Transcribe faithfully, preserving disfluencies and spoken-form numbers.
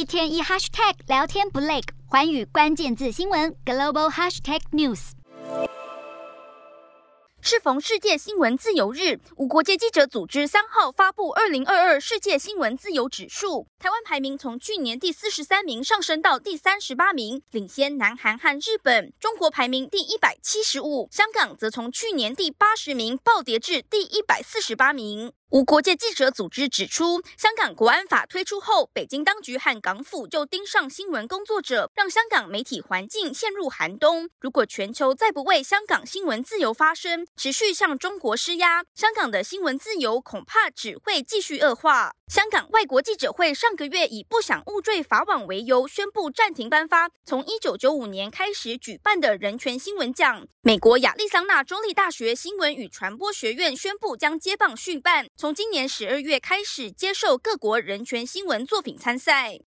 天一 hashtag 聊天不累，寰宇关键字新闻 global hashtag news。 适逢世界新闻自由日，无国界记者组织三号发布二零二二世界新闻自由指数，台湾排名从去年第四十三名上升到第三十八名，领先南韩和日本。中国排名第一百七十五，香港则从去年第八十名暴跌至第一百四十八名。无国界记者组织指出，香港国安法推出后，北京当局和港府就盯上新闻工作者，让香港媒体环境陷入寒冬。如果全球再不为香港新闻自由发声，持续向中国施压，香港的新闻自由恐怕只会继续恶化。香港外国记者会上个月以不想误坠法网为由，宣布暂停颁发从一九九五年开始举办的人权新闻奖。美国亚利桑那州立大学新闻与传播学院宣布将接棒续办，从今年十二月开始接受各国人权新闻作品参赛。